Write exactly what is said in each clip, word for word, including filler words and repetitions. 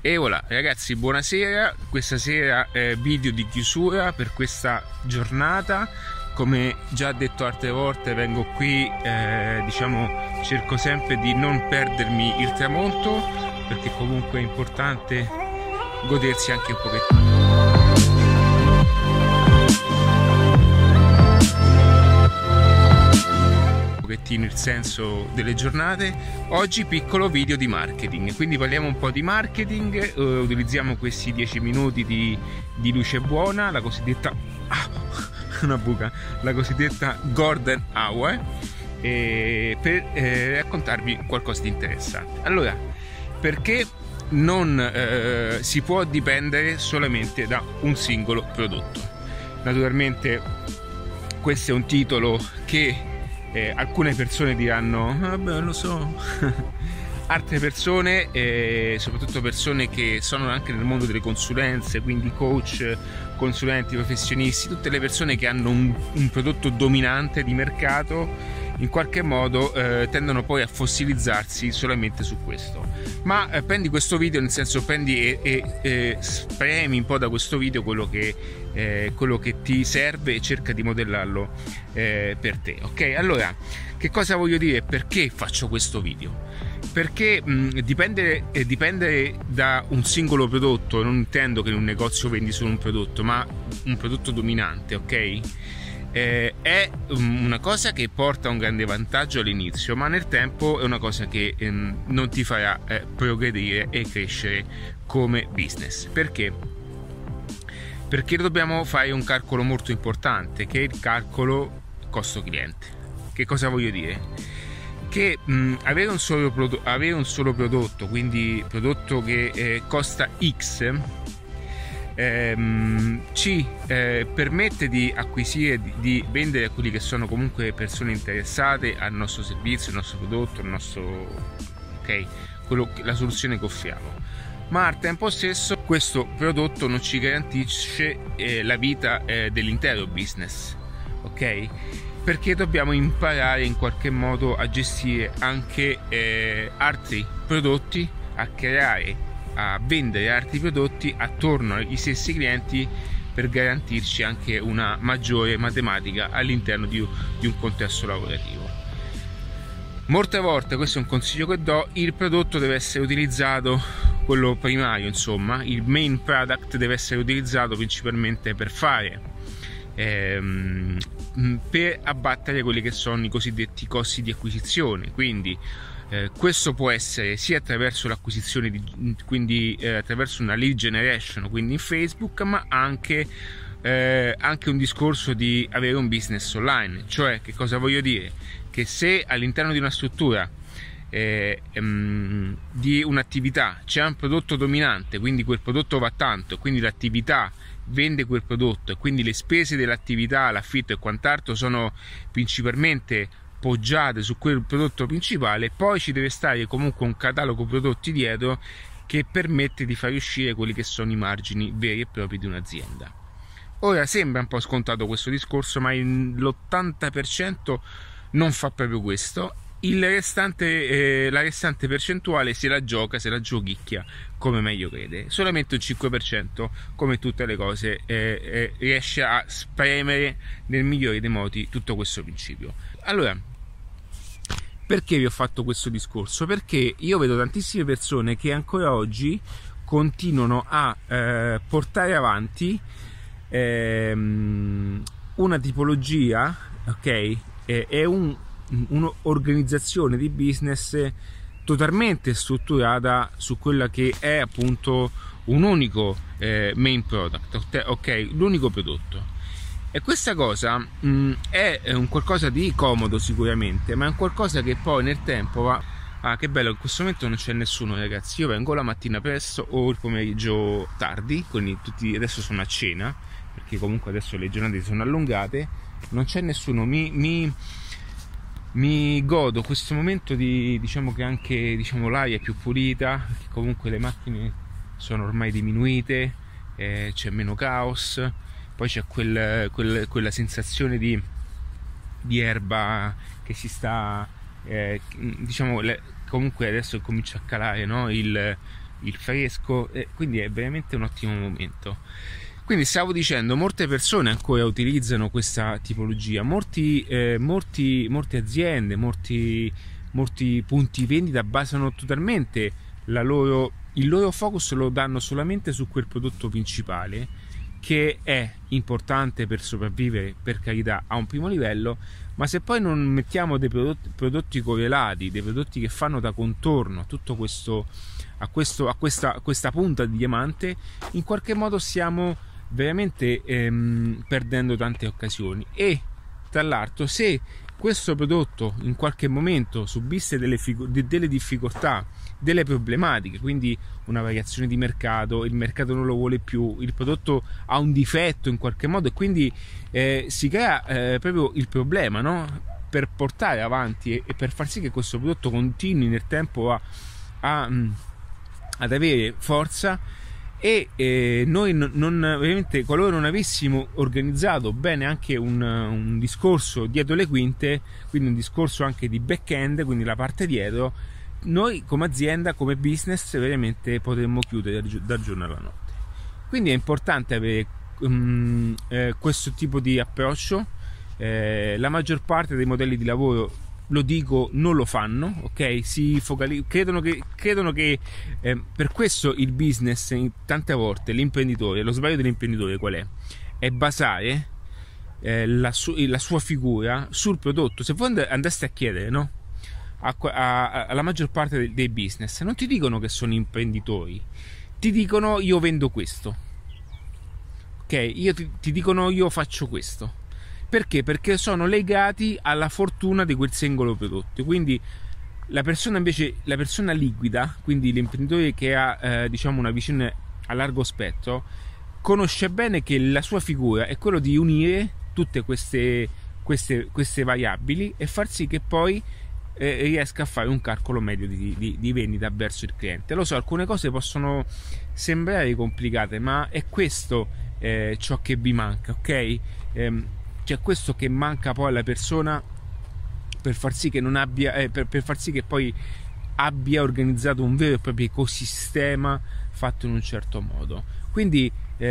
E voilà ragazzi, buonasera. Questa sera eh, video di chiusura per questa giornata. Come già detto altre volte, vengo qui, eh, diciamo, cerco sempre di non perdermi il tramonto, perché comunque è importante godersi anche un pochettino. il senso delle giornate. Oggi piccolo video di marketing, quindi parliamo un po' di marketing, eh, utilizziamo questi dieci minuti di, di luce buona, la cosiddetta ah, una buca, la cosiddetta golden hour, eh, per eh, raccontarvi qualcosa di interessante. Allora, perché non eh, si può dipendere solamente da un singolo prodotto? Naturalmente questo è un titolo che Eh, alcune persone diranno vabbè, lo so. Altre persone, eh, soprattutto persone che sono anche nel mondo delle consulenze, quindi coach, consulenti, professionisti, tutte le persone che hanno un, un prodotto dominante di mercato, in qualche modo eh, tendono poi a fossilizzarsi solamente su questo. Ma eh, prendi questo video, nel senso prendi e, e, e spremi un po' da questo video quello che, eh, quello che ti serve e cerca di modellarlo eh, per te. Ok, allora che cosa voglio dire? Perché faccio questo video? Perché mh, dipende, eh, dipende da un singolo prodotto. Non intendo che in un negozio vendi solo un prodotto, ma un prodotto dominante, ok? Eh, è una cosa che porta un grande vantaggio all'inizio, ma nel tempo è una cosa che ehm, non ti farà eh, progredire e crescere come business. Perché? Perché dobbiamo fare un calcolo molto importante, che è il calcolo costo cliente. Che cosa voglio dire? Che mh, avere, un solo prodotto, avere un solo prodotto, quindi prodotto che eh, costa X, Ehm, ci eh, permette di acquisire, di, di vendere a quelli che sono comunque persone interessate al nostro servizio, al nostro prodotto, al nostro, ok, quello, la soluzione che offriamo. Ma al tempo stesso questo prodotto non ci garantisce eh, la vita eh, dell'intero business, ok? Perché dobbiamo imparare in qualche modo a gestire anche eh, altri prodotti, a creare, a vendere altri prodotti attorno agli stessi clienti, per garantirci anche una maggiore matematica all'interno di, di un contesto lavorativo. Molte volte, questo è un consiglio che do, il prodotto deve essere utilizzato, quello primario, insomma, il main product deve essere utilizzato principalmente per fare ehm, per abbattere quelli che sono i cosiddetti costi di acquisizione. Quindi Eh, questo può essere sia attraverso l'acquisizione di, quindi eh, attraverso una lead generation, quindi in Facebook, ma anche, eh, anche un discorso di avere un business online. Cioè, che cosa voglio dire? Che se all'interno di una struttura eh, ehm, di un'attività c'è un prodotto dominante, quindi quel prodotto va tanto, quindi l'attività vende quel prodotto e quindi le spese dell'attività, l'affitto e quant'altro sono principalmente poggiate su quel prodotto principale, poi ci deve stare comunque un catalogo prodotti dietro che permette di far uscire quelli che sono i margini veri e propri di un'azienda. Ora sembra un po' scontato questo discorso, ma l'ottanta per cento non fa proprio questo. Il restante, eh, la restante percentuale se la gioca, se la giochicchia come meglio crede. Solamente un cinque per cento, come tutte le cose, eh, eh, riesce a spremere nel migliore dei modi tutto questo principio. Allora, perché vi ho fatto questo discorso? Perché io vedo tantissime persone che ancora oggi continuano a eh, portare avanti ehm, una tipologia, ok, e eh, un, un'organizzazione di business totalmente strutturata su quella che è appunto un unico eh, main product, ok, l'unico prodotto. E questa cosa mh, è un qualcosa di comodo sicuramente, ma è un qualcosa che poi nel tempo va... Ah, che bello, in questo momento non c'è nessuno, ragazzi. Io vengo la mattina presto o il pomeriggio tardi, quindi tutti adesso sono a cena, perché comunque adesso le giornate sono allungate, non c'è nessuno, mi, mi, mi godo questo momento di, diciamo che anche, diciamo, l'aria è più pulita, perché comunque le macchine sono ormai diminuite, eh, c'è meno caos. Poi c'è quel, quel, quella sensazione di, di erba che si sta, eh, diciamo, le, comunque adesso comincia a calare, no? il, il fresco, eh, quindi è veramente un ottimo momento. Quindi stavo dicendo, molte persone ancora utilizzano questa tipologia, molti, eh, molti, molte aziende, molti, molti punti vendita basano totalmente la loro, il loro focus lo danno solamente su quel prodotto principale, che è importante per sopravvivere, per carità, a un primo livello, ma se poi non mettiamo dei prodotti, prodotti correlati, dei prodotti che fanno da contorno a tutto questo, a, questo, a, questa, a questa punta di diamante, in qualche modo stiamo veramente ehm, perdendo tante occasioni. E tra l'altro, se questo prodotto in qualche momento subisse delle, figu- delle difficoltà, delle problematiche, quindi una variazione di mercato, il mercato non lo vuole più, il prodotto ha un difetto in qualche modo, e quindi eh, si crea eh, proprio il problema, no? Per portare avanti e, e per far sì che questo prodotto continui nel tempo a, a, ad avere forza. E eh, noi non, non veramente, qualora non avessimo organizzato bene anche un, un discorso dietro le quinte, quindi un discorso anche di back-end, quindi la parte dietro, noi come azienda, come business, veramente potremmo chiudere dal giorno alla notte. Quindi è importante avere um, eh, questo tipo di approccio. Eh, la maggior parte dei modelli di lavoro, lo dico, non lo fanno, ok? Si focalizzano, credono che, credono che eh, per questo il business, in, tante volte l'imprenditore, lo sbaglio dell'imprenditore qual è? È basare eh, la, su, la sua figura sul prodotto. Se voi andaste a chiedere, no? A, a, alla maggior parte dei, dei business, non ti dicono che sono imprenditori, ti dicono io vendo questo, ok? Io ti, ti dicono io faccio questo. Perché? Perché sono legati alla fortuna di quel singolo prodotto. Quindi la persona invece, la persona liquida, quindi l'imprenditore che ha eh, diciamo una visione a largo spettro, conosce bene che la sua figura è quello di unire tutte queste, queste, queste variabili e far sì che poi eh, riesca a fare un calcolo medio di, di, di vendita verso il cliente. Lo so, alcune cose possono sembrare complicate, ma è questo eh, ciò che vi manca, ok? Ehm, C'è questo che manca poi alla persona per far sì che non abbia eh, per, per far sì che poi abbia organizzato un vero e proprio ecosistema fatto in un certo modo. Quindi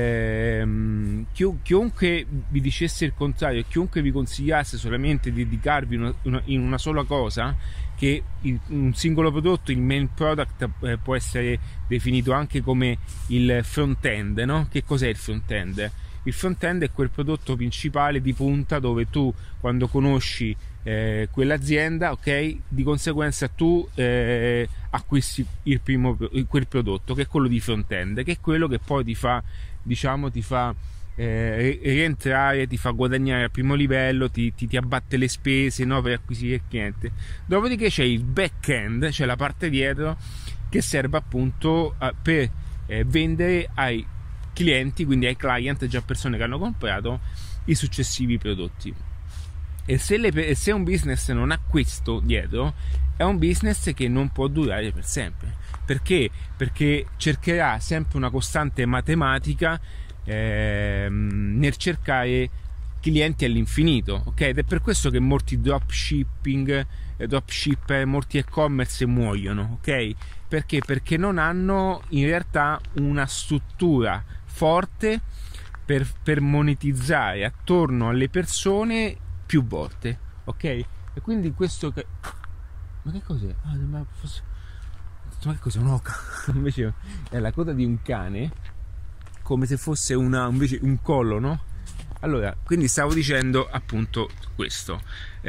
ehm, chiunque vi dicesse il contrario, chiunque vi consigliasse solamente di dedicarvi una, una, in una sola cosa, che il, un singolo prodotto, il main product, eh, può essere definito anche come il front end, no? Che cos'è il front end? Il front-end è quel prodotto principale di punta dove tu, quando conosci eh, quell'azienda, ok, di conseguenza tu eh, acquisti il primo, quel prodotto, che è quello di front-end, che è quello che poi ti fa, diciamo, ti fa eh, rientrare, ti fa guadagnare al primo livello, ti, ti, ti abbatte le spese, no, per acquisire il cliente. Dopodiché c'è il back-end, c'è la parte dietro, che serve appunto a, per eh, vendere ai clienti, quindi ai client, già persone che hanno comprato i successivi prodotti. E se, le, se un business non ha questo dietro, è un business che non può durare per sempre. Perché? Perché cercherà sempre una costante matematica eh, nel cercare clienti all'infinito, ok? Ed è per questo che molti dropshipping, eh, dropshipper, molti e-commerce muoiono, ok? Perché? Perché non hanno in realtà una struttura forte per, per monetizzare attorno alle persone più volte, ok? E quindi questo che... ma che cos'è? Ah, ma, fosse... ma che cos'è? Un'oca? Invece è la coda di un cane, come se fosse una, invece un collo, no? Allora, quindi stavo dicendo appunto questo.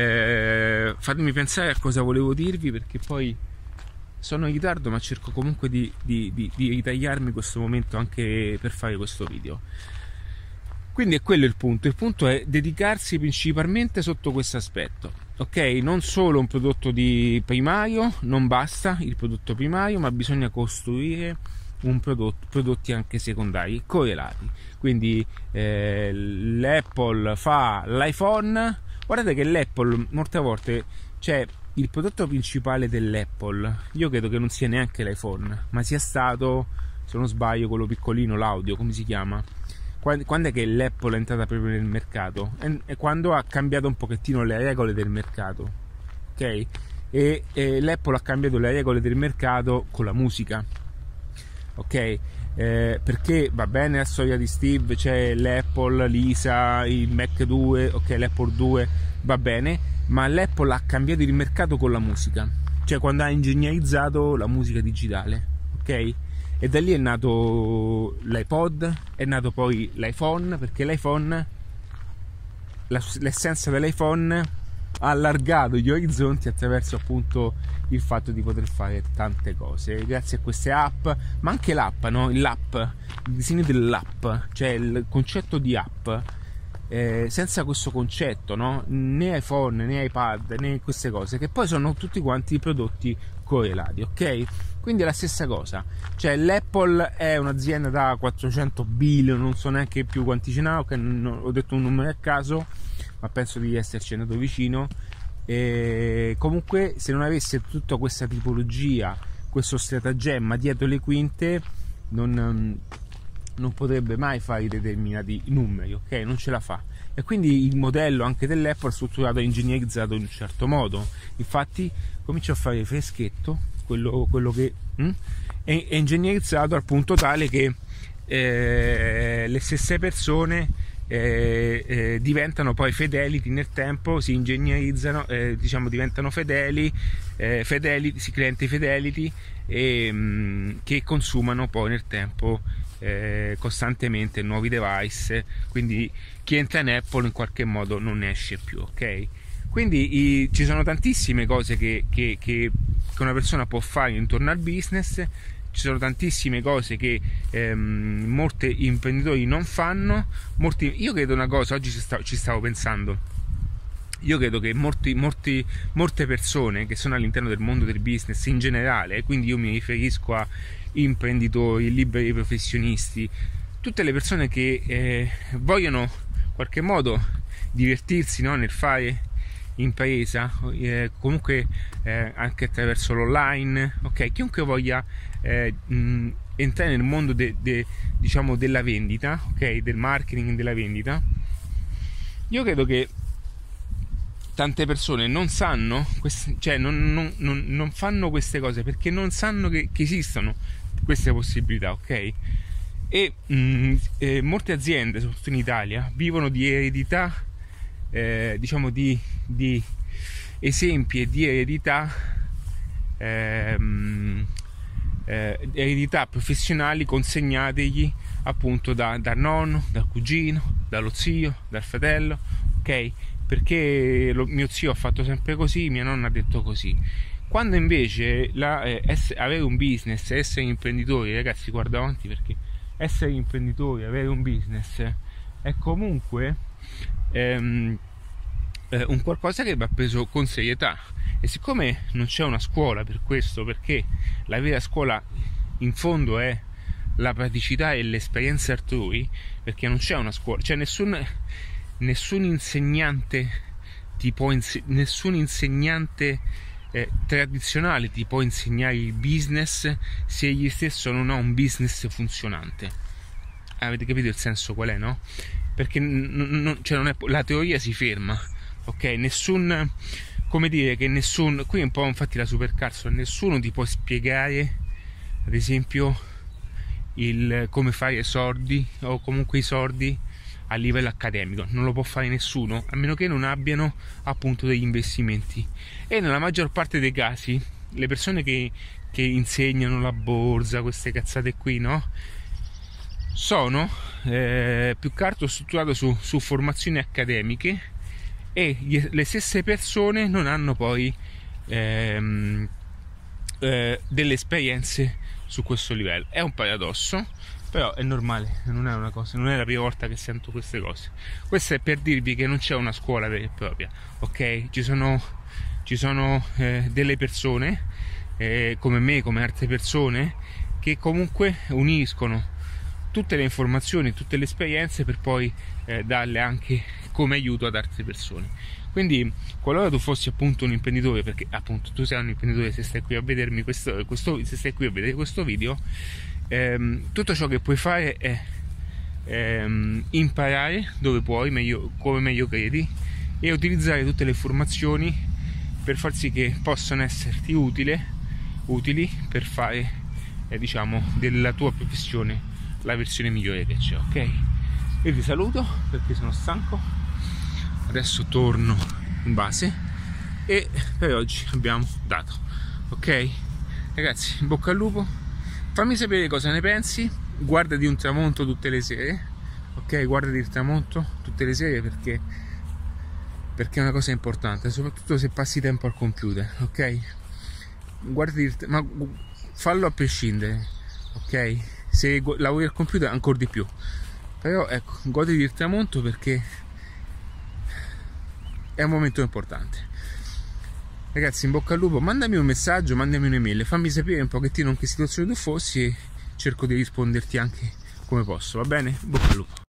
Eh, fatemi pensare a cosa volevo dirvi, perché poi sono in ritardo, ma cerco comunque di, di, di, di ritagliarmi questo momento anche per fare questo video. Quindi è quello il punto. Il punto è dedicarsi principalmente sotto questo aspetto, ok? Non solo un prodotto di primario, non basta il prodotto primario, ma bisogna costruire un prodotto, prodotti anche secondari correlati. Quindi eh, l'Apple fa l'iPhone. Guardate che l'Apple molte volte, cioè, il prodotto principale dell'Apple, io credo che non sia neanche l'iPhone, ma sia stato, se non sbaglio, quello piccolino, l'audio, come si chiama? Quando, quando è che l'Apple è entrata proprio nel mercato? È, è quando ha cambiato un pochettino le regole del mercato, ok? E, e l'Apple ha cambiato le regole del mercato con la musica. ok? Eh, perché va bene la storia di Steve, c'è l'Apple, l'I S A, il Mac due, ok, l'Apple due, va bene, ma l'Apple ha cambiato il mercato con la musica, cioè quando ha ingegnerizzato la musica digitale, ok? E da lì è nato l'iPod, è nato poi l'iPhone, perché l'iPhone, l'essenza dell'iPhone ha allargato gli orizzonti attraverso appunto il fatto di poter fare tante cose grazie a queste app, ma anche l'app, no? L'app, il disegno dell'app, cioè il concetto di app, eh, senza questo concetto, no? Né iPhone né iPad né queste cose, che poi sono tutti quanti prodotti correlati, ok? Quindi è la stessa cosa, cioè l'Apple è un'azienda da quattrocento billion, non so neanche più quanti ce n'ha, okay, non, ho detto un numero a caso, ma penso di esserci andato vicino. E comunque, se non avesse tutta questa tipologia, questo stratagemma dietro le quinte, non, non potrebbe mai fare determinati numeri, ok? Non ce la fa. E quindi il modello anche dell'Apple è strutturato e ingegnerizzato in un certo modo. Infatti comincio a fare freschetto, quello, quello che hm? è, è ingegnerizzato al punto tale che eh, le stesse persone Eh, eh, diventano poi fedeli nel tempo, si ingegnerizzano, eh, diciamo diventano fedeli, eh, fedeli, si clienti fidelity e mh, che consumano poi nel tempo eh, costantemente nuovi device, quindi chi entra in Apple in qualche modo non ne esce più, ok? Quindi i, ci sono tantissime cose che, che, che una persona può fare intorno al business. Ci sono tantissime cose che ehm, molti imprenditori non fanno. Molti, io credo una cosa, oggi ci stavo, ci stavo pensando, io credo che molti, molti, molte persone che sono all'interno del mondo del business in generale, quindi io mi riferisco a imprenditori, liberi professionisti, tutte le persone che eh, vogliono in qualche modo divertirsi, no, nel fare impresa, eh, comunque eh, anche attraverso l'online, ok? Chiunque voglia eh, mh, entrare nel mondo de, de, diciamo della vendita, ok? Del marketing, della vendita, io credo che tante persone non sanno, quest- cioè non, non, non, non fanno queste cose perché non sanno che, che esistono queste possibilità, ok? E mh, eh, molte aziende, soprattutto in Italia, vivono di eredità, Eh, diciamo di, di esempi e di eredità ehm, eh, eredità professionali consegnategli appunto da, dal nonno, dal cugino, dallo zio, dal fratello, ok? Perché lo, mio zio ha fatto sempre così, mia nonna ha detto così. Quando invece la, eh, essere, avere un business, essere imprenditori, ragazzi, guarda avanti, perché essere imprenditori, avere un business è comunque ehm, eh, un qualcosa che va preso con serietà. E siccome non c'è una scuola per questo, perché la vera scuola in fondo è la praticità e l'esperienza altrui, perché non c'è una scuola, cioè nessun, nessun insegnante ti può inse- nessun insegnante eh, tradizionale ti può insegnare il business se egli stesso non ha un business funzionante. Avete capito il senso qual è, no? Perché n- n- cioè non è, la teoria si ferma, ok? Nessun, come dire che nessun, qui è un po' infatti la supercazzo, nessuno ti può spiegare ad esempio il come fare i sordi o comunque i sordi a livello accademico, non lo può fare nessuno a meno che non abbiano appunto degli investimenti. E nella maggior parte dei casi le persone che, che insegnano la borsa, queste cazzate qui, no? Sono eh, più che altro strutturate su, su formazioni accademiche, e gli, le stesse persone non hanno poi ehm, eh, delle esperienze su questo livello. È un paradosso, però è normale, non è una cosa, non è la prima volta che sento queste cose. Questo è per dirvi che non c'è una scuola vera e propria, ok? Ci sono, ci sono eh, delle persone eh, come me, come altre persone, che comunque uniscono tutte le informazioni, tutte le esperienze per poi eh, darle anche come aiuto ad altre persone. Quindi qualora tu fossi appunto un imprenditore, perché appunto tu sei un imprenditore se stai qui a vedermi questo, questo se stai qui a vedere questo video, ehm, tutto ciò che puoi fare è ehm, imparare dove puoi, meglio, come meglio credi, e utilizzare tutte le informazioni per far sì che possano esserti utile, utili per fare eh, diciamo della tua professione la versione migliore che c'è, ok? Io vi saluto perché sono stanco, adesso torno in base e per oggi abbiamo dato, ok? Ragazzi, in bocca al lupo, fammi sapere cosa ne pensi, guardati un tramonto tutte le sere, ok? Guardati il tramonto tutte le sere perché perché è una cosa importante, soprattutto se passi tempo al computer, ok? Guardati il, ma fallo a prescindere, ok? Se lavori al computer ancora di più, però ecco, goditi il tramonto perché è un momento importante. Ragazzi, in bocca al lupo, mandami un messaggio, mandami un'email, fammi sapere un pochettino in che situazione tu fossi e cerco di risponderti anche come posso, va bene? In bocca al lupo.